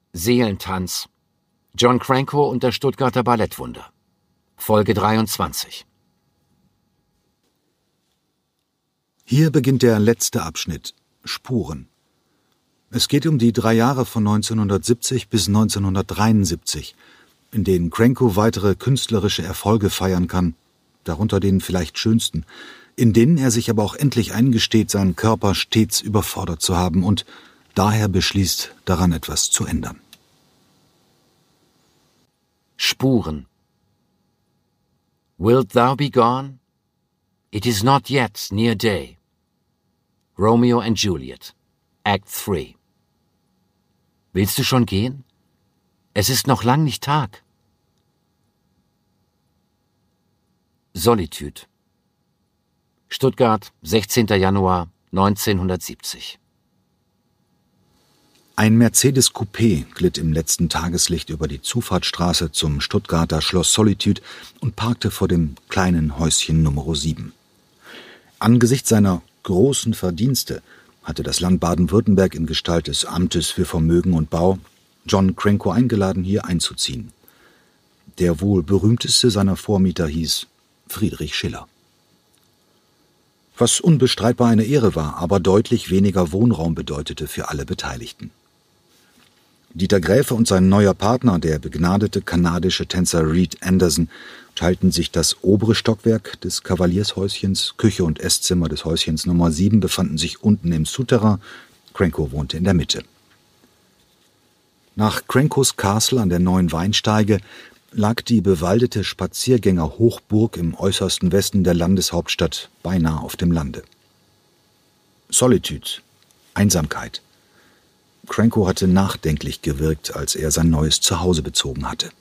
Seelentanz. John Cranko und der Stuttgarter Ballettwunder. Folge 23. Hier beginnt der letzte Abschnitt, Spuren. Es geht um die 3 Jahre von 1970 bis 1973, in denen Cranko weitere künstlerische Erfolge feiern kann, darunter den vielleicht schönsten, in denen er sich aber auch endlich eingesteht, seinen Körper stets überfordert zu haben und daher beschließt, daran etwas zu ändern. Spuren. Wilt thou be gone? It is not yet near day. Romeo and Juliet, Act 3. Willst du schon gehen? Es ist noch lang nicht Tag. Solitude. Stuttgart, 16. Januar 1970. Ein Mercedes-Coupé glitt im letzten Tageslicht über die Zufahrtsstraße zum Stuttgarter Schloss Solitude und parkte vor dem kleinen Häuschen Nummer 7. Angesichts seiner großen Verdienste hatte das Land Baden-Württemberg in Gestalt des Amtes für Vermögen und Bau John Cranko eingeladen, hier einzuziehen. Der wohl berühmteste seiner Vormieter hieß Friedrich Schiller. Was unbestreitbar eine Ehre war, aber deutlich weniger Wohnraum bedeutete für alle Beteiligten. Dieter Gräfe und sein neuer Partner, der begnadete kanadische Tänzer Reed Anderson, teilten sich das obere Stockwerk des Kavaliershäuschens. Küche und Esszimmer des Häuschens Nummer 7 befanden sich unten im Souterrain. Cranko wohnte in der Mitte. Nach Crankos Castle an der Neuen Weinsteige lag die bewaldete Spaziergänger-Hochburg im äußersten Westen der Landeshauptstadt beinahe auf dem Lande. Solitude, Einsamkeit. Cranko hatte nachdenklich gewirkt, als er sein neues Zuhause bezogen hatte.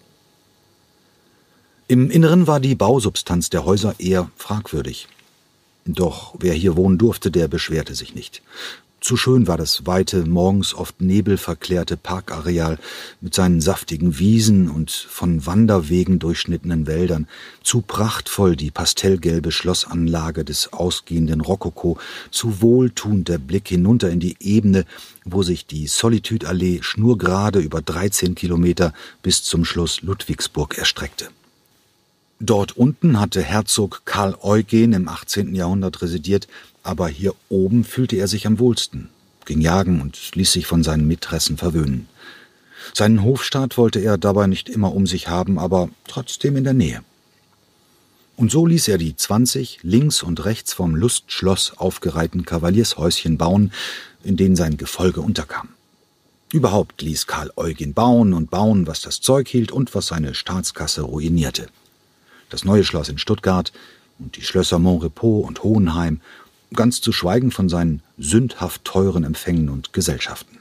Im Inneren war die Bausubstanz der Häuser eher fragwürdig. Doch wer hier wohnen durfte, der beschwerte sich nicht. Zu schön war das weite, morgens oft nebelverklärte Parkareal mit seinen saftigen Wiesen und von Wanderwegen durchschnittenen Wäldern, zu prachtvoll die pastellgelbe Schlossanlage des ausgehenden Rokoko, zu wohltuend der Blick hinunter in die Ebene, wo sich die Solitude-Allee schnurgerade über 13 Kilometer bis zum Schloss Ludwigsburg erstreckte. Dort unten hatte Herzog Karl Eugen im 18. Jahrhundert residiert, aber hier oben fühlte er sich am wohlsten, ging jagen und ließ sich von seinen Mätressen verwöhnen. Seinen Hofstaat wollte er dabei nicht immer um sich haben, aber trotzdem in der Nähe. Und so ließ er die 20 links und rechts vom Lustschloss aufgereihten Kavaliershäuschen bauen, in denen sein Gefolge unterkam. Überhaupt ließ Karl Eugen bauen und bauen, was das Zeug hielt und was seine Staatskasse ruinierte. Das neue Schloss in Stuttgart und die Schlösser Montrepos und Hohenheim, ganz zu schweigen von seinen sündhaft teuren Empfängen und Gesellschaften.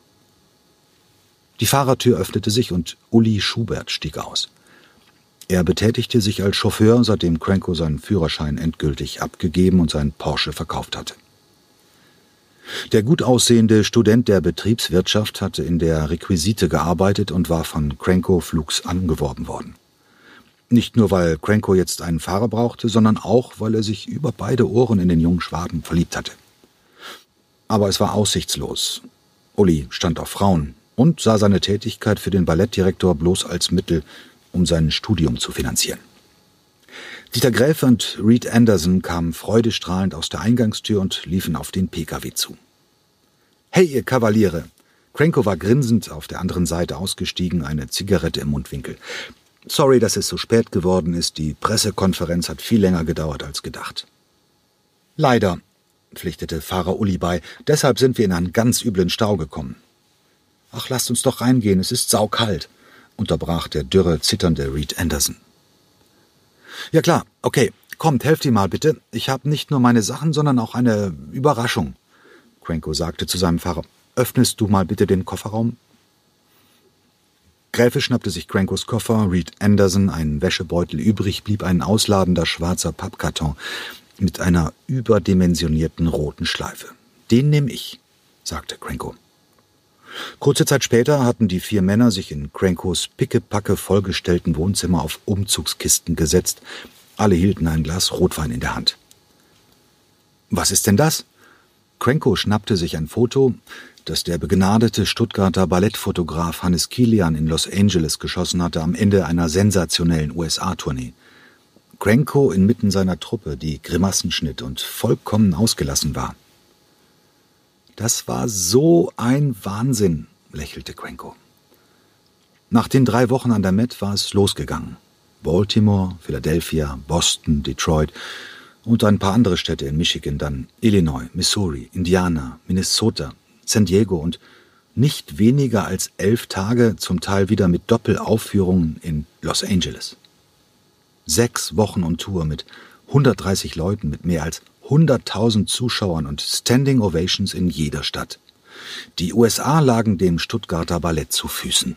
Die Fahrertür öffnete sich und Uli Schubert stieg aus. Er betätigte sich als Chauffeur, seitdem Cranko seinen Führerschein endgültig abgegeben und seinen Porsche verkauft hatte. Der gut aussehende Student der Betriebswirtschaft hatte in der Requisite gearbeitet und war von Cranko flugs angeworben worden. Nicht nur, weil Cranko jetzt einen Fahrer brauchte, sondern auch, weil er sich über beide Ohren in den jungen Schwaden verliebt hatte. Aber es war aussichtslos. Uli stand auf Frauen und sah seine Tätigkeit für den Ballettdirektor bloß als Mittel, um sein Studium zu finanzieren. Dieter Gräfe und Reed Anderson kamen freudestrahlend aus der Eingangstür und liefen auf den PKW zu. »Hey, ihr Kavaliere!« Cranko war grinsend auf der anderen Seite ausgestiegen, eine Zigarette im Mundwinkel. »Sorry, dass es so spät geworden ist. Die Pressekonferenz hat viel länger gedauert als gedacht.« »Leider«, pflichtete Fahrer Uli bei, »deshalb sind wir in einen ganz üblen Stau gekommen.« »Ach, lasst uns doch reingehen, es ist saukalt«, unterbrach der dürre, zitternde Reed Anderson. »Ja klar, okay, kommt, helft ihm mal bitte. Ich habe nicht nur meine Sachen, sondern auch eine Überraschung.« Cranko sagte zu seinem Fahrer, »Öffnest du mal bitte den Kofferraum?« Gräfe schnappte sich Crankos Koffer, Reed Anderson einen Wäschebeutel, übrig blieb ein ausladender schwarzer Pappkarton mit einer überdimensionierten roten Schleife. »Den nehme ich«, sagte Cranko. Kurze Zeit später hatten die 4 Männer sich in Crankos pickepacke vollgestellten Wohnzimmer auf Umzugskisten gesetzt. Alle hielten ein Glas Rotwein in der Hand. »Was ist denn das?« Cranko schnappte sich ein Foto, das der begnadete Stuttgarter Ballettfotograf Hannes Kilian in Los Angeles geschossen hatte am Ende einer sensationellen USA-Tournee. Cranko inmitten seiner Truppe, die Grimassen schnitt und vollkommen ausgelassen war. »Das war so ein Wahnsinn«, lächelte Cranko. Nach den 3 Wochen an der Met war es losgegangen. Baltimore, Philadelphia, Boston, Detroit und ein paar andere Städte in Michigan, dann Illinois, Missouri, Indiana, Minnesota, San Diego und nicht weniger als 11 Tage, zum Teil wieder mit Doppelaufführungen in Los Angeles. 6 Wochen on Tour mit 130 Leuten, mit mehr als 100.000 Zuschauern und Standing Ovations in jeder Stadt. Die USA lagen dem Stuttgarter Ballett zu Füßen.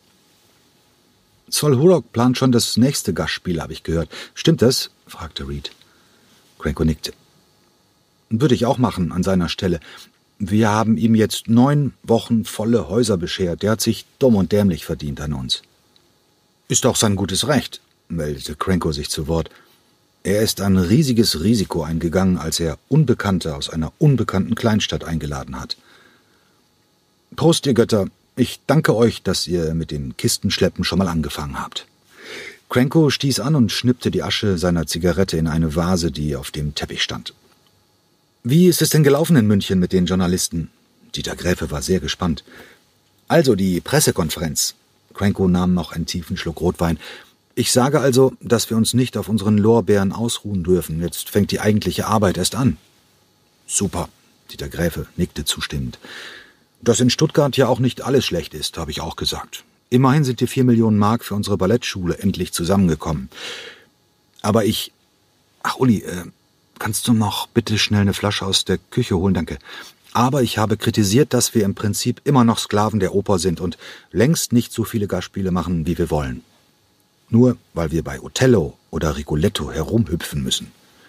Sol Hurok plant schon das nächste Gastspiel, habe ich gehört. Stimmt das? Fragte Reed. Cranko nickte. Würde ich auch machen an seiner Stelle. Wir haben ihm jetzt 9 Wochen volle Häuser beschert. Der hat sich dumm und dämlich verdient an uns. Ist auch sein gutes Recht, meldete Cranko sich zu Wort. Er ist ein riesiges Risiko eingegangen, als er Unbekannte aus einer unbekannten Kleinstadt eingeladen hat. Prost, ihr Götter. Ich danke euch, dass ihr mit dem Kistenschleppen schon mal angefangen habt. Cranko stieß an und schnippte die Asche seiner Zigarette in eine Vase, die auf dem Teppich stand. Wie ist es denn gelaufen in München mit den Journalisten? Dieter Gräfe war sehr gespannt. Also die Pressekonferenz. Cranko nahm noch einen tiefen Schluck Rotwein. Ich sage also, dass wir uns nicht auf unseren Lorbeeren ausruhen dürfen. Jetzt fängt die eigentliche Arbeit erst an. Super, Dieter Gräfe nickte zustimmend. Dass in Stuttgart ja auch nicht alles schlecht ist, habe ich auch gesagt. Immerhin sind die 4 Millionen Mark für unsere Ballettschule endlich zusammengekommen. Aber Ach, Uli, kannst du noch bitte schnell eine Flasche aus der Küche holen, danke. Aber ich habe kritisiert, dass wir im Prinzip immer noch Sklaven der Oper sind und längst nicht so viele Gastspiele machen, wie wir wollen. Nur weil wir bei Othello oder Rigoletto herumhüpfen müssen.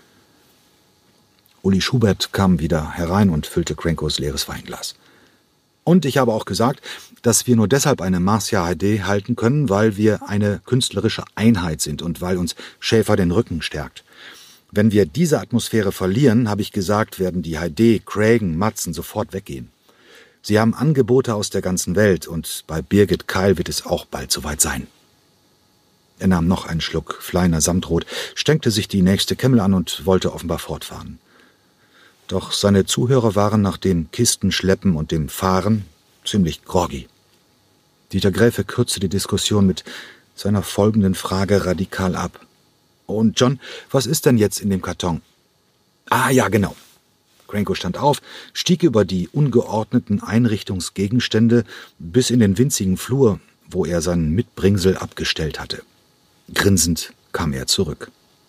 Uli Schubert kam wieder herein und füllte Crankos leeres Weinglas. Und ich habe auch gesagt, dass wir nur deshalb eine Marcia Haydée halten können, weil wir eine künstlerische Einheit sind und weil uns Schäfer den Rücken stärkt. Wenn wir diese Atmosphäre verlieren, habe ich gesagt, werden die Haydée, Cragen, Matzen sofort weggehen. Sie haben Angebote aus der ganzen Welt und bei Birgit Keil wird es auch bald soweit sein. Er nahm noch einen Schluck Fleiner Samtrot, stänkte sich die nächste Kemmel an und wollte offenbar fortfahren. Doch seine Zuhörer waren nach dem Kistenschleppen und dem Fahren ziemlich groggy. Dieter Gräfe kürzte die Diskussion mit seiner folgenden Frage radikal ab. Und John, was ist denn jetzt in dem Karton? Ah, ja, genau. Cranko stand auf, stieg über die ungeordneten Einrichtungsgegenstände bis in den winzigen Flur, wo er seinen Mitbringsel abgestellt hatte. Grinsend kam er zurück.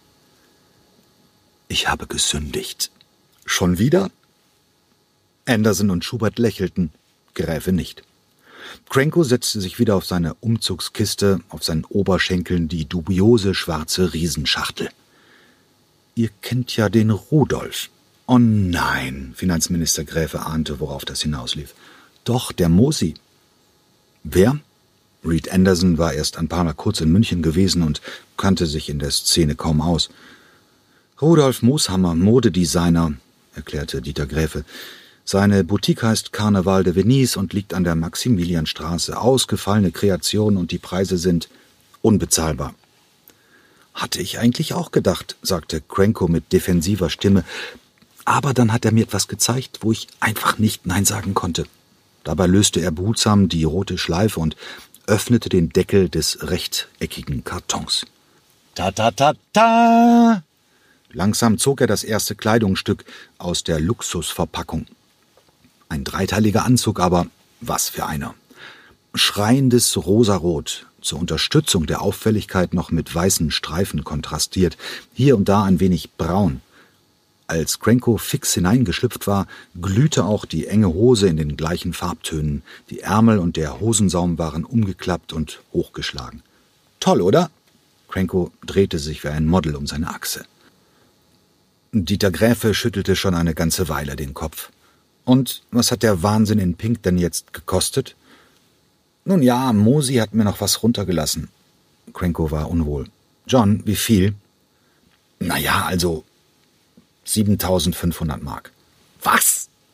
Ich habe gesündigt. Schon wieder? Anderson und Schubert lächelten, Gräfe nicht. Cranko setzte sich wieder auf seine Umzugskiste, auf seinen Oberschenkeln die dubiose schwarze Riesenschachtel. Ihr kennt ja den Rudolf. Oh nein, Finanzminister Gräfe ahnte, worauf das hinauslief. Doch, der Mosi. Wer? Reed Anderson war erst ein paar Mal kurz in München gewesen und kannte sich in der Szene kaum aus. Rudolf Mooshammer, Modedesigner, erklärte Dieter Gräfe. Seine Boutique heißt Carnaval de Venise und liegt an der Maximilianstraße. Ausgefallene Kreationen und die Preise sind unbezahlbar. Hatte ich eigentlich auch gedacht, sagte Cranko mit defensiver Stimme. Aber dann hat er mir etwas gezeigt, wo ich einfach nicht Nein sagen konnte. Dabei löste er behutsam die rote Schleife und öffnete den Deckel des rechteckigen Kartons. Ta ta ta ta! Langsam zog er das erste Kleidungsstück aus der Luxusverpackung. Ein dreiteiliger Anzug, aber was für einer. Schreiendes Rosarot, zur Unterstützung der Auffälligkeit noch mit weißen Streifen kontrastiert, hier und da ein wenig braun. Als Cranko fix hineingeschlüpft war, glühte auch die enge Hose in den gleichen Farbtönen. Die Ärmel und der Hosensaum waren umgeklappt und hochgeschlagen. Toll, oder? Cranko drehte sich wie ein Model um seine Achse. Dieter Gräfe schüttelte schon eine ganze Weile den Kopf. Und was hat der Wahnsinn in Pink denn jetzt gekostet? Nun ja, Mosi hat mir noch was runtergelassen. Cranko war unwohl. John, wie viel? Na ja, also 7.500 Mark. Was?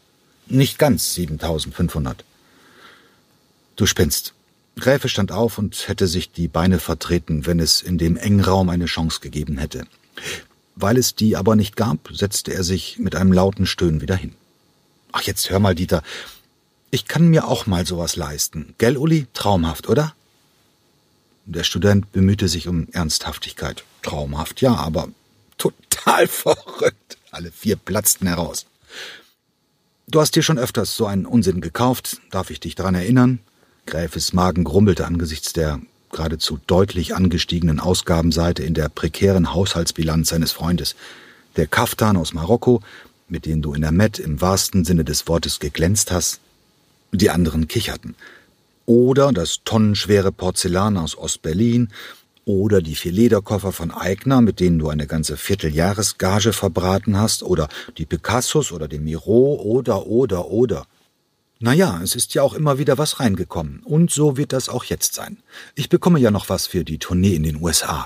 Nicht ganz 7.500. Du spinnst. Gräfe stand auf und hätte sich die Beine vertreten, wenn es in dem engen Raum eine Chance gegeben hätte. Weil es die aber nicht gab, setzte er sich mit einem lauten Stöhnen wieder hin. Ach, jetzt hör mal, Dieter. Ich kann mir auch mal sowas leisten. Gell, Uli? Traumhaft, oder? Der Student bemühte sich um Ernsthaftigkeit. Traumhaft, ja, aber total verrückt. Alle 4 platzten heraus. Du hast dir schon öfters so einen Unsinn gekauft. Darf ich dich daran erinnern? Gräfes Magen grummelte angesichts der geradezu deutlich angestiegenen Ausgabenseite in der prekären Haushaltsbilanz seines Freundes. Der Kaftan aus Marokko, mit dem du in der Met im wahrsten Sinne des Wortes geglänzt hast. Die anderen kicherten. Oder das tonnenschwere Porzellan aus Ostberlin. Oder die 4 Lederkoffer von Aigner, mit denen du eine ganze Vierteljahresgage verbraten hast. Oder die Picassos oder den Miro. Oder. Naja, es ist ja auch immer wieder was reingekommen. Und so wird das auch jetzt sein. Ich bekomme ja noch was für die Tournee in den USA.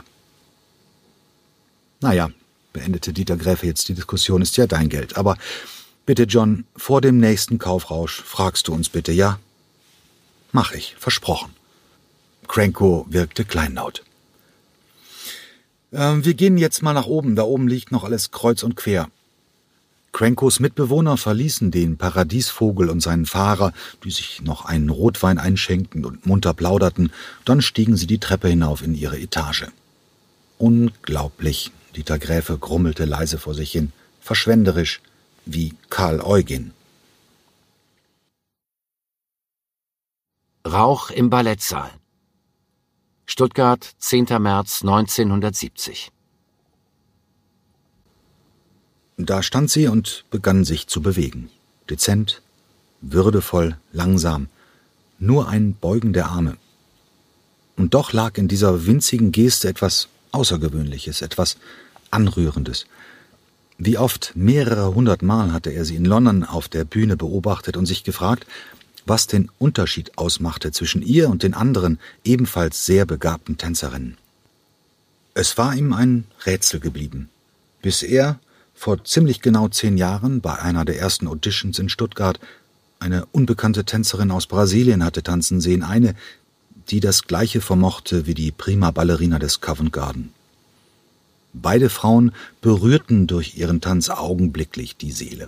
Naja, beendete Dieter Gräfe jetzt die Diskussion, ist ja dein Geld. Aber bitte, John, vor dem nächsten Kaufrausch fragst du uns bitte, ja? Mach ich, versprochen. Cranko wirkte kleinlaut. Wir gehen jetzt mal nach oben. Da oben liegt noch alles kreuz und quer. Crankos Mitbewohner verließen den Paradiesvogel und seinen Fahrer, die sich noch einen Rotwein einschenkten und munter plauderten. Dann stiegen sie die Treppe hinauf in ihre Etage. Unglaublich, Dieter Gräfe grummelte leise vor sich hin, verschwenderisch wie Karl Eugen. Rauch im Ballettsaal. Stuttgart, 10. März 1970. Da stand sie und begann sich zu bewegen. Dezent, würdevoll, langsam, nur ein Beugen der Arme. Und doch lag in dieser winzigen Geste etwas Außergewöhnliches, etwas Anrührendes. Wie oft, mehrere 100 Mal hatte er sie in London auf der Bühne beobachtet und sich gefragt, was den Unterschied ausmachte zwischen ihr und den anderen, ebenfalls sehr begabten Tänzerinnen. Es war ihm ein Rätsel geblieben, bis er vor ziemlich genau 10 Jahren bei einer der ersten Auditions in Stuttgart eine unbekannte Tänzerin aus Brasilien hatte tanzen sehen, eine, die das Gleiche vermochte wie die Prima Ballerina des Covent Garden. Beide Frauen berührten durch ihren Tanz augenblicklich die Seele.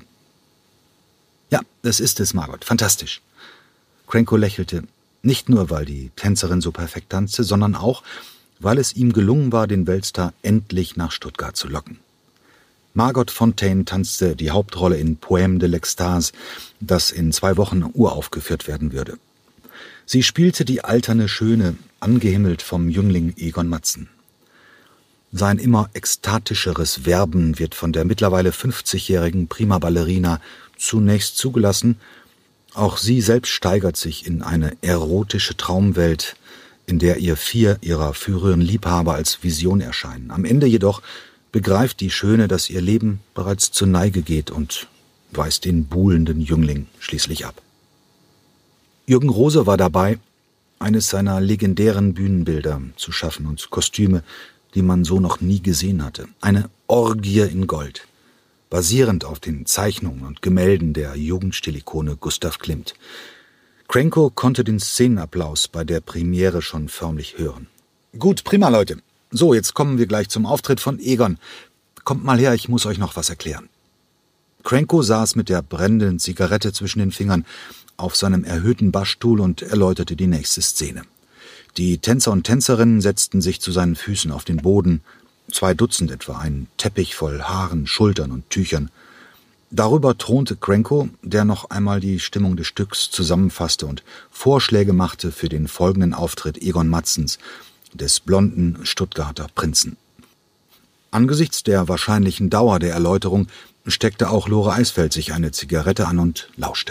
Ja, das ist es, Margot. Fantastisch. Cranko lächelte, nicht nur, weil die Tänzerin so perfekt tanzte, sondern auch, weil es ihm gelungen war, den Weltstar endlich nach Stuttgart zu locken. Margot Fonteyn tanzte die Hauptrolle in Poème de l'Extase, das in 2 Wochen uraufgeführt werden würde. Sie spielte die alterne Schöne, angehimmelt vom Jüngling Egon Matzen. Sein immer ekstatischeres Werben wird von der mittlerweile 50-jährigen Prima Ballerina zunächst zugelassen. Auch sie selbst steigert sich in eine erotische Traumwelt, in der ihr 4 ihrer früheren Liebhaber als Vision erscheinen. Am Ende jedoch begreift die Schöne, dass ihr Leben bereits zur Neige geht und weist den buhlenden Jüngling schließlich ab. Jürgen Rose war dabei, eines seiner legendären Bühnenbilder zu schaffen und Kostüme, die man so noch nie gesehen hatte. Eine Orgie in Gold, basierend auf den Zeichnungen und Gemälden der Jugendstilikone Gustav Klimt. Cranko konnte den Szenenapplaus bei der Premiere schon förmlich hören. Gut, prima, Leute. So, jetzt kommen wir gleich zum Auftritt von Egon. Kommt mal her, ich muss euch noch was erklären. Cranko saß mit der brennenden Zigarette zwischen den Fingern auf seinem erhöhten Bassstuhl und erläuterte die nächste Szene. Die Tänzer und Tänzerinnen setzten sich zu seinen Füßen auf den Boden, 2 Dutzend etwa, ein Teppich voll Haaren, Schultern und Tüchern. Darüber thronte Cranko, der noch einmal die Stimmung des Stücks zusammenfasste und Vorschläge machte für den folgenden Auftritt Egon Matzens, des blonden Stuttgarter Prinzen. Angesichts der wahrscheinlichen Dauer der Erläuterung steckte auch Lore Eisfeld sich eine Zigarette an und lauschte.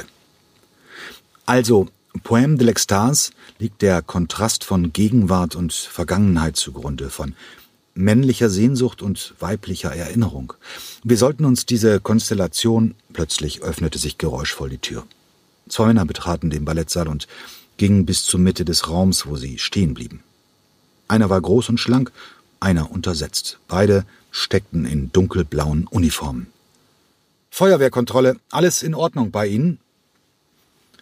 Also, Poème de l'Extase liegt der Kontrast von Gegenwart und Vergangenheit zugrunde, von männlicher Sehnsucht und weiblicher Erinnerung. Wir sollten uns diese Konstellation... Plötzlich öffnete sich geräuschvoll die Tür. 2 Männer betraten den Ballettsaal und gingen bis zur Mitte des Raums, wo sie stehen blieben. Einer war groß und schlank, einer untersetzt. Beide steckten in dunkelblauen Uniformen. »Feuerwehrkontrolle, alles in Ordnung bei Ihnen?«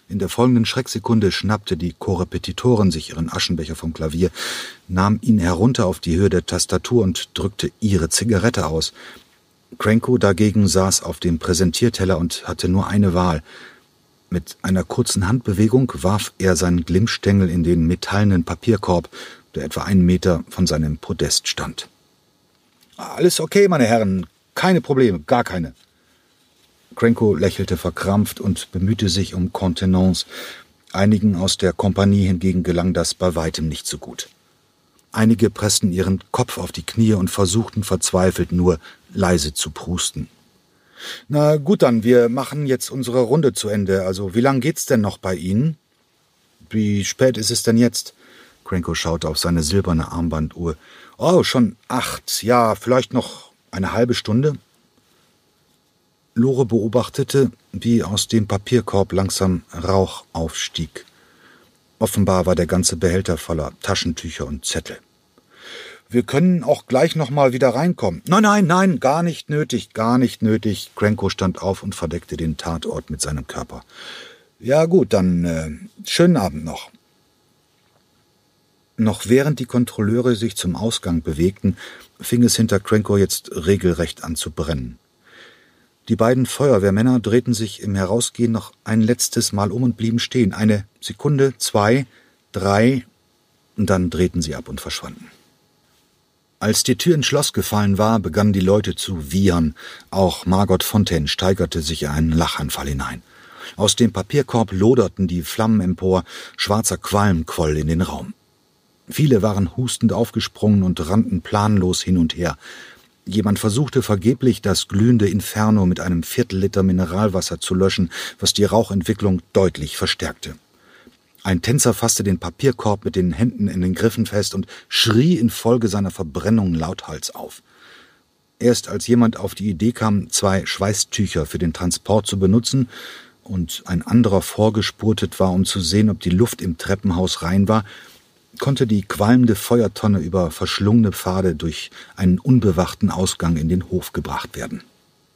In der folgenden Schrecksekunde schnappte die Korrepetitorin sich ihren Aschenbecher vom Klavier, nahm ihn herunter auf die Höhe der Tastatur und drückte ihre Zigarette aus. Cranko dagegen saß auf dem Präsentierteller und hatte nur eine Wahl. Mit einer kurzen Handbewegung warf er seinen Glimmstängel in den metallenen Papierkorb, der etwa 1 Meter von seinem Podest stand. »Alles okay, meine Herren, keine Probleme, gar keine.« Cranko lächelte verkrampft und bemühte sich um Kontenance. Einigen aus der Kompanie hingegen gelang das bei weitem nicht so gut. Einige pressten ihren Kopf auf die Knie und versuchten verzweifelt nur, leise zu prusten. »Na gut dann, wir machen jetzt unsere Runde zu Ende. Also, wie lang geht's denn noch bei Ihnen?« »Wie spät ist es denn jetzt?« Cranko schaute auf seine silberne Armbanduhr. »Oh, schon 8. Ja, vielleicht noch eine halbe Stunde.« Lore beobachtete, wie aus dem Papierkorb langsam Rauch aufstieg. Offenbar war der ganze Behälter voller Taschentücher und Zettel. »Wir können auch gleich noch mal wieder reinkommen.« Nein, gar nicht nötig. Cranko stand auf und verdeckte den Tatort mit seinem Körper. »Ja gut, dann schönen Abend noch.« Noch während die Kontrolleure sich zum Ausgang bewegten, fing es hinter Cranko jetzt regelrecht an zu brennen. Die beiden Feuerwehrmänner drehten sich im Herausgehen noch ein letztes Mal um und blieben stehen. 1 Sekunde, 2, 3, und dann drehten sie ab und verschwanden. Als die Tür ins Schloss gefallen war, begannen die Leute zu wiehern. Auch Margot Fontaine steigerte sich in einen Lachanfall hinein. Aus dem Papierkorb loderten die Flammen empor, schwarzer Qualm quoll in den Raum. Viele waren hustend aufgesprungen und rannten planlos hin und her. Jemand versuchte vergeblich, das glühende Inferno mit einem Viertelliter Mineralwasser zu löschen, was die Rauchentwicklung deutlich verstärkte. Ein Tänzer fasste den Papierkorb mit den Händen in den Griffen fest und schrie infolge seiner Verbrennung lauthals auf. Erst als jemand auf die Idee kam, 2 Schweißtücher für den Transport zu benutzen und ein anderer vorgespurtet war, um zu sehen, ob die Luft im Treppenhaus rein war, konnte die qualmende Feuertonne über verschlungene Pfade durch einen unbewachten Ausgang in den Hof gebracht werden.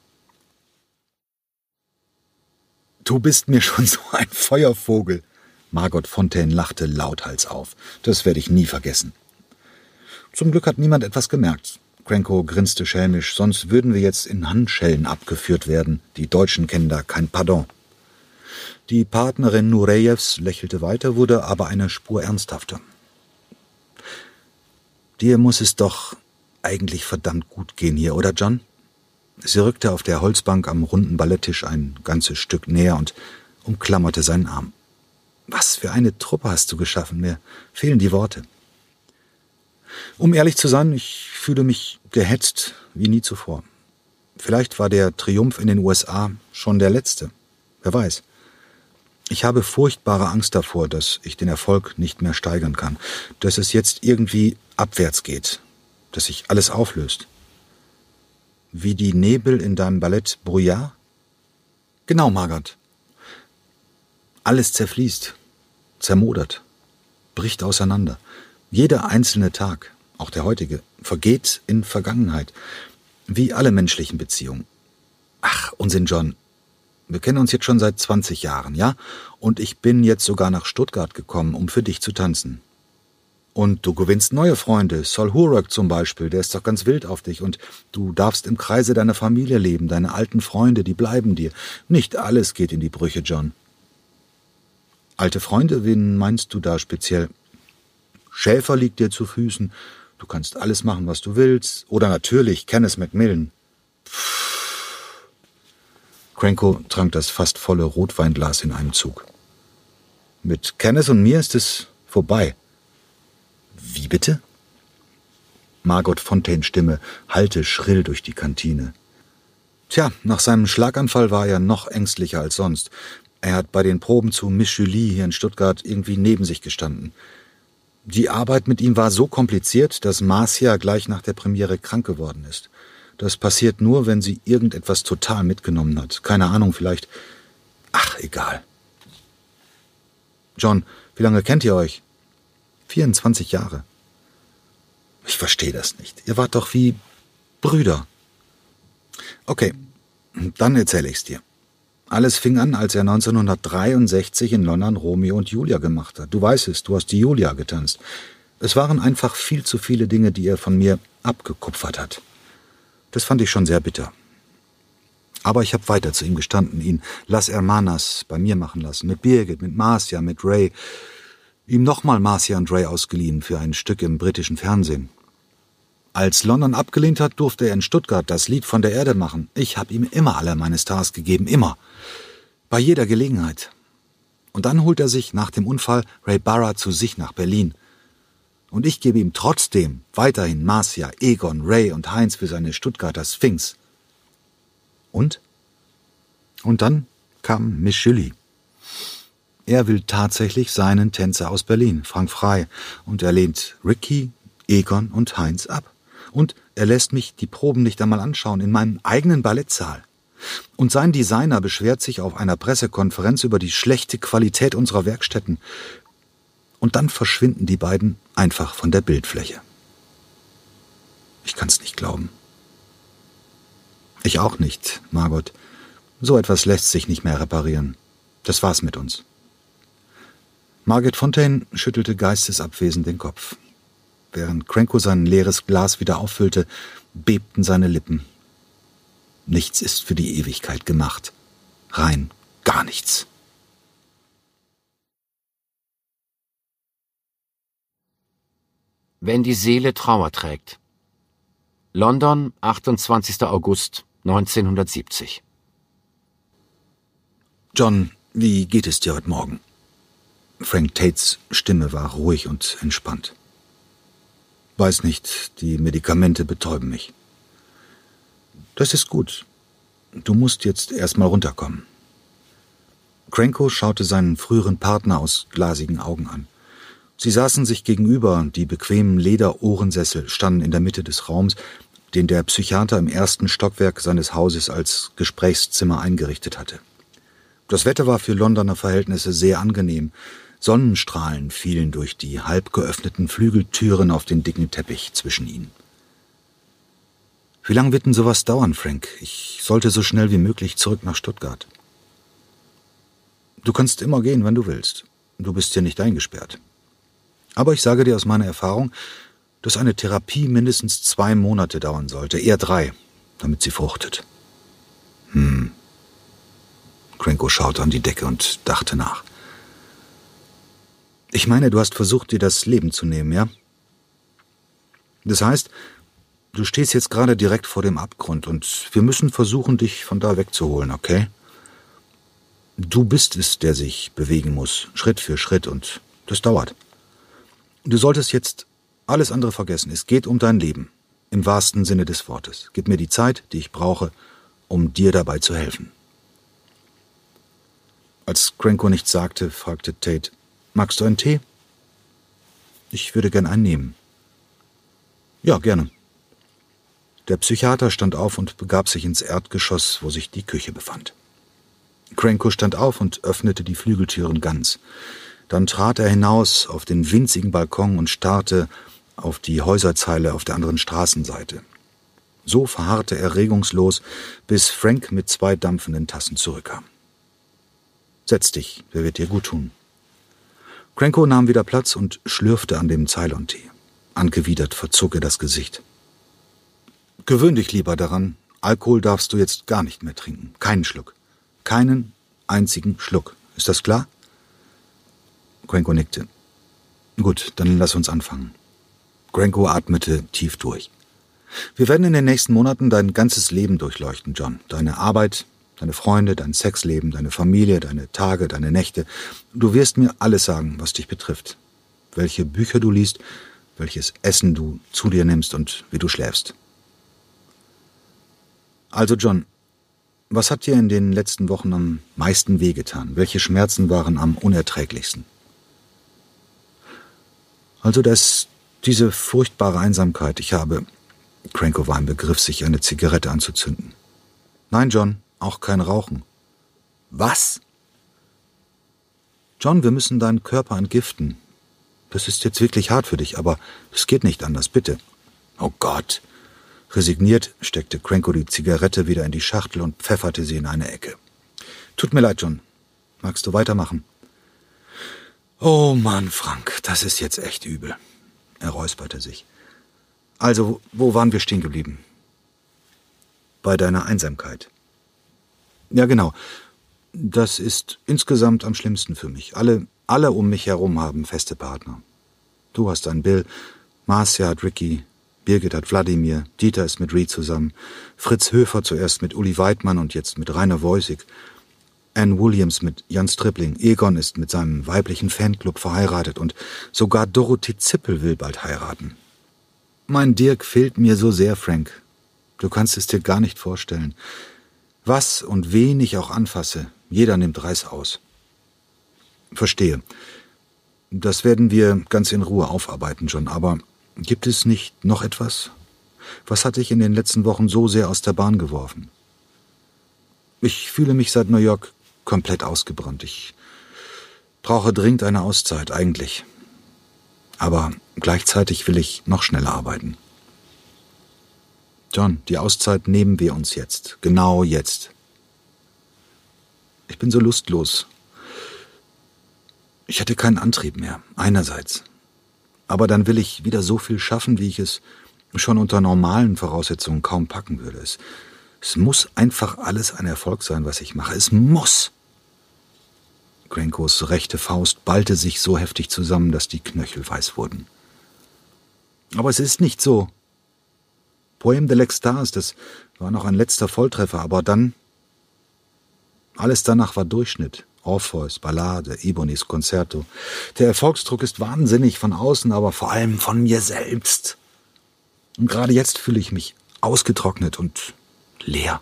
»Du bist mir schon so ein Feuervogel!« Margot Fontaine lachte lauthals auf. »Das werde ich nie vergessen.« Zum Glück hat niemand etwas gemerkt. Cranko grinste schelmisch, sonst würden wir jetzt in Handschellen abgeführt werden. Die Deutschen kennen da kein Pardon. Die Partnerin Nurejews lächelte weiter, wurde aber eine Spur ernsthafter. »Dir muss es doch eigentlich verdammt gut gehen hier, oder John?« Sie rückte auf der Holzbank am runden Balletttisch ein ganzes Stück näher und umklammerte seinen Arm. »Was für eine Truppe hast du geschaffen, mir fehlen die Worte.« »Um ehrlich zu sein, ich fühle mich gehetzt wie nie zuvor. Vielleicht war der Triumph in den USA schon der letzte. Wer weiß. Ich habe furchtbare Angst davor, dass ich den Erfolg nicht mehr steigern kann, dass es jetzt irgendwie abwärts geht, dass sich alles auflöst. Wie die Nebel in deinem Ballett Brouillard?« »Genau, Margot. Alles zerfließt, zermodert, bricht auseinander. Jeder einzelne Tag, auch der heutige, vergeht in Vergangenheit, wie alle menschlichen Beziehungen. Ach, Unsinn, John. Wir kennen uns jetzt schon seit 20 Jahren, ja? Und ich bin jetzt sogar nach Stuttgart gekommen, um für dich zu tanzen. Und du gewinnst neue Freunde, Sol Hurok zum Beispiel, der ist doch ganz wild auf dich. Und du darfst im Kreise deiner Familie leben, deine alten Freunde, die bleiben dir. Nicht alles geht in die Brüche, John.« »Alte Freunde, wen meinst du da speziell?« »Schäfer liegt dir zu Füßen, du kannst alles machen, was du willst. Oder natürlich Kenneth Macmillan.« Cranko trank das fast volle Rotweinglas in einem Zug. »Mit Kenneth und mir ist es vorbei.« »Wie bitte?« Margot Fontaines Stimme hallte schrill durch die Kantine. »Tja, nach seinem Schlaganfall war er noch ängstlicher als sonst. Er hat bei den Proben zu Miss Julie hier in Stuttgart irgendwie neben sich gestanden. Die Arbeit mit ihm war so kompliziert, dass Marcia gleich nach der Premiere krank geworden ist. Das passiert nur, wenn sie irgendetwas total mitgenommen hat. Keine Ahnung, vielleicht... Ach, egal. John, wie lange kennt ihr euch?« 24 Jahre. Ich verstehe das nicht. Ihr wart doch wie Brüder. Okay, dann erzähle ich's dir. Alles fing an, als er 1963 in London Romeo und Julia gemacht hat. Du weißt es, du hast die Julia getanzt. Es waren einfach viel zu viele Dinge, die er von mir abgekupfert hat. Das fand ich schon sehr bitter. Aber ich habe weiter zu ihm gestanden, ihn Las Hermanas bei mir machen lassen, mit Birgit, mit Marcia, mit Ray. Ihm nochmal Marcia und Ray ausgeliehen für ein Stück im britischen Fernsehen. Als London abgelehnt hat, durfte er in Stuttgart das Lied von der Erde machen. Ich habe ihm immer alle meine Stars gegeben, immer. Bei jeder Gelegenheit. Und dann holt er sich nach dem Unfall Ray Barra zu sich nach Berlin. Und ich gebe ihm trotzdem weiterhin Marcia, Egon, Ray und Heinz für seine Stuttgarter Sphinx. Und? Und dann kam Miss Julie. Er will tatsächlich seinen Tänzer aus Berlin, Frank Frey, und er lehnt Ricky, Egon und Heinz ab. Und er lässt mich die Proben nicht einmal anschauen in meinem eigenen Ballettsaal. Und sein Designer beschwert sich auf einer Pressekonferenz über die schlechte Qualität unserer Werkstätten. Und dann verschwinden die beiden einfach von der Bildfläche. Ich kann's nicht glauben. Ich auch nicht, Margot. So etwas lässt sich nicht mehr reparieren. Das war's mit uns. Margit Fontaine schüttelte geistesabwesend den Kopf. Während Cranko sein leeres Glas wieder auffüllte, bebten seine Lippen. Nichts ist für die Ewigkeit gemacht. Rein gar nichts. Wenn die Seele Trauer trägt. London, 28. August 1970. John, wie geht es dir heute Morgen? Frank Tates Stimme war ruhig und entspannt. Weiß nicht, die Medikamente betäuben mich. Das ist gut. Du musst jetzt erst mal runterkommen. Cranko schaute seinen früheren Partner aus glasigen Augen an. Sie saßen sich gegenüber, die bequemen Lederohrensessel standen in der Mitte des Raums, den der Psychiater im ersten Stockwerk seines Hauses als Gesprächszimmer eingerichtet hatte. Das Wetter war für Londoner Verhältnisse sehr angenehm. Sonnenstrahlen fielen durch die halb geöffneten Flügeltüren auf den dicken Teppich zwischen ihnen. Wie lange wird denn sowas dauern, Frank? Ich sollte so schnell wie möglich zurück nach Stuttgart. Du kannst immer gehen, wenn du willst. Du bist hier nicht eingesperrt. Aber ich sage dir aus meiner Erfahrung, dass eine Therapie mindestens 2 Monate dauern sollte, eher 3, damit sie fruchtet. Cranko schaute an die Decke und dachte nach. Ich meine, du hast versucht, dir das Leben zu nehmen, ja? Das heißt, du stehst jetzt gerade direkt vor dem Abgrund und wir müssen versuchen, dich von da wegzuholen, okay? Du bist es, der sich bewegen muss, Schritt für Schritt, und das dauert. Du solltest jetzt alles andere vergessen. Es geht um dein Leben, im wahrsten Sinne des Wortes. Gib mir die Zeit, die ich brauche, um dir dabei zu helfen. Als Cranko nichts sagte, fragte Tate, magst du einen Tee? Ich würde gern einen nehmen. Ja, gerne. Der Psychiater stand auf und begab sich ins Erdgeschoss, wo sich die Küche befand. Cranko stand auf und öffnete die Flügeltüren ganz. Dann trat er hinaus auf den winzigen Balkon und starrte auf die Häuserzeile auf der anderen Straßenseite. So verharrte er regungslos, bis Frank mit 2 dampfenden Tassen zurückkam. Setz dich, wer wird dir gut tun? Cranko nahm wieder Platz und schlürfte an dem Ceylon-Tee. Angewidert verzog er das Gesicht. Gewöhn dich lieber daran, Alkohol darfst du jetzt gar nicht mehr trinken. Keinen Schluck. Keinen einzigen Schluck. Ist das klar? Cranko nickte. Gut, dann lass uns anfangen. Cranko atmete tief durch. Wir werden in den nächsten Monaten dein ganzes Leben durchleuchten, John. Deine Arbeit, deine Freunde, dein Sexleben, deine Familie, deine Tage, deine Nächte. Du wirst mir alles sagen, was dich betrifft. Welche Bücher du liest, welches Essen du zu dir nimmst und wie du schläfst. Also, John, was hat dir in den letzten Wochen am meisten wehgetan? Welche Schmerzen waren am unerträglichsten? Also, diese furchtbare Einsamkeit. Ich habe... Cranko war im Begriff, sich eine Zigarette anzuzünden. Nein, John, auch kein Rauchen. Was? John, wir müssen deinen Körper entgiften. Das ist jetzt wirklich hart für dich, aber es geht nicht anders, bitte. Oh Gott. Resigniert steckte Cranko die Zigarette wieder in die Schachtel und pfefferte sie in eine Ecke. Tut mir leid, John. Magst du weitermachen? Oh Mann, Frank, das ist jetzt echt übel. Er räusperte sich. Also, wo waren wir stehen geblieben? Bei deiner Einsamkeit. Ja, genau. Das ist insgesamt am schlimmsten für mich. Alle um mich herum haben feste Partner. Du hast einen Bill, Marcia hat Ricky, Birgit hat Wladimir, Dieter ist mit Reed zusammen, Fritz Höfer zuerst mit Uli Weidmann und jetzt mit Rainer Woisig, Ann Williams mit Jan Stribling, Egon ist mit seinem weiblichen Fanclub verheiratet und sogar Dorothee Zippel will bald heiraten. Mein Dirk fehlt mir so sehr, Frank. Du kannst es dir gar nicht vorstellen. Was und wen ich auch anfasse, jeder nimmt Reißaus. Verstehe. Das werden wir ganz in Ruhe aufarbeiten, John. Aber gibt es nicht noch etwas? Was hat dich in den letzten Wochen so sehr aus der Bahn geworfen? Ich fühle mich seit New York komplett ausgebrannt. Ich brauche dringend eine Auszeit, eigentlich. Aber gleichzeitig will ich noch schneller arbeiten. John, die Auszeit nehmen wir uns jetzt. Genau jetzt. Ich bin so lustlos. Ich hätte keinen Antrieb mehr, einerseits. Aber dann will ich wieder so viel schaffen, wie ich es schon unter normalen Voraussetzungen kaum packen würde. Es muss einfach alles ein Erfolg sein, was ich mache. Es muss! Krenkos rechte Faust ballte sich so heftig zusammen, dass die Knöchel weiß wurden. Aber es ist nicht so. Poème de l'Extase, das war noch ein letzter Volltreffer, aber dann... Alles danach war Durchschnitt. Orpheus, Ballade, Ebonis Concerto. Der Erfolgsdruck ist wahnsinnig von außen, aber vor allem von mir selbst. Und gerade jetzt fühle ich mich ausgetrocknet und leer.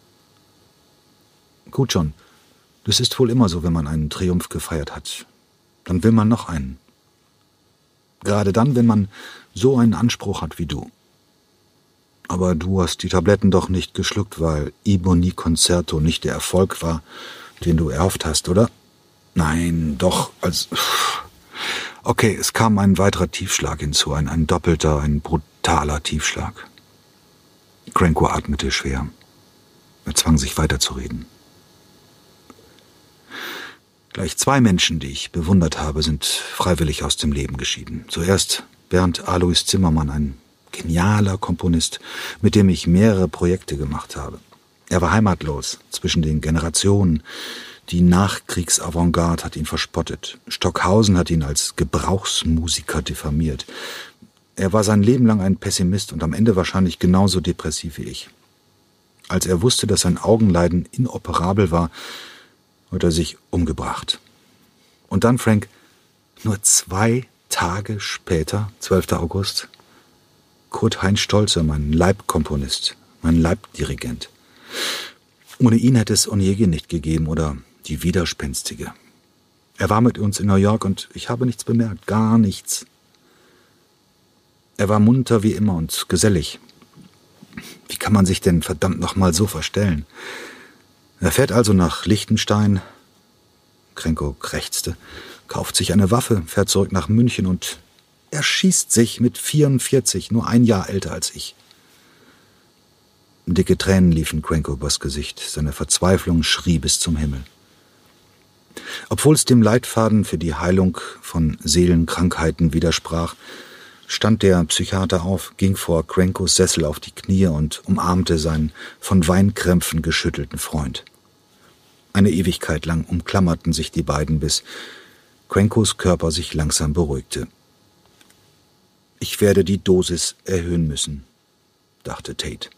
Gut, John. Das ist wohl immer so, wenn man einen Triumph gefeiert hat. Dann will man noch einen. Gerade dann, wenn man so einen Anspruch hat wie du. Aber du hast die Tabletten doch nicht geschluckt, weil Eboni Concerto nicht der Erfolg war, den du erhofft hast, oder? Nein, doch, Okay, es kam ein weiterer Tiefschlag hinzu, ein doppelter, ein brutaler Tiefschlag. Krenko atmete schwer. Er zwang sich weiterzureden. Gleich 2 Menschen, die ich bewundert habe, sind freiwillig aus dem Leben geschieden. Zuerst Bernd Alois Zimmermann, ein genialer Komponist, mit dem ich mehrere Projekte gemacht habe. Er war heimatlos zwischen den Generationen. Die Nachkriegs-Avantgarde hat ihn verspottet. Stockhausen hat ihn als Gebrauchsmusiker diffamiert. Er war sein Leben lang ein Pessimist und am Ende wahrscheinlich genauso depressiv wie ich. Als er wusste, dass sein Augenleiden inoperabel war, hat er sich umgebracht. Und dann, Frank, nur 2 Tage später, 12. August, Kurt-Heinz Stolzer, mein Leibkomponist, mein Leibdirigent. Ohne ihn hätte es Onegin nicht gegeben oder die Widerspenstige. Er war mit uns in New York und ich habe nichts bemerkt, gar nichts. Er war munter wie immer und gesellig. Wie kann man sich denn verdammt nochmal so verstellen? Er fährt also nach Liechtenstein, Krenko krächzte, kauft sich eine Waffe, fährt zurück nach München und erschießt sich mit 44, nur 1 Jahr älter als ich. Dicke Tränen liefen Krenko übers Gesicht. Seine Verzweiflung schrie bis zum Himmel. Obwohl es dem Leitfaden für die Heilung von Seelenkrankheiten widersprach, stand der Psychiater auf, ging vor Krenkos Sessel auf die Knie und umarmte seinen von Weinkrämpfen geschüttelten Freund. Eine Ewigkeit lang umklammerten sich die beiden, bis Krenkos Körper sich langsam beruhigte. Ich werde die Dosis erhöhen müssen, dachte Tate.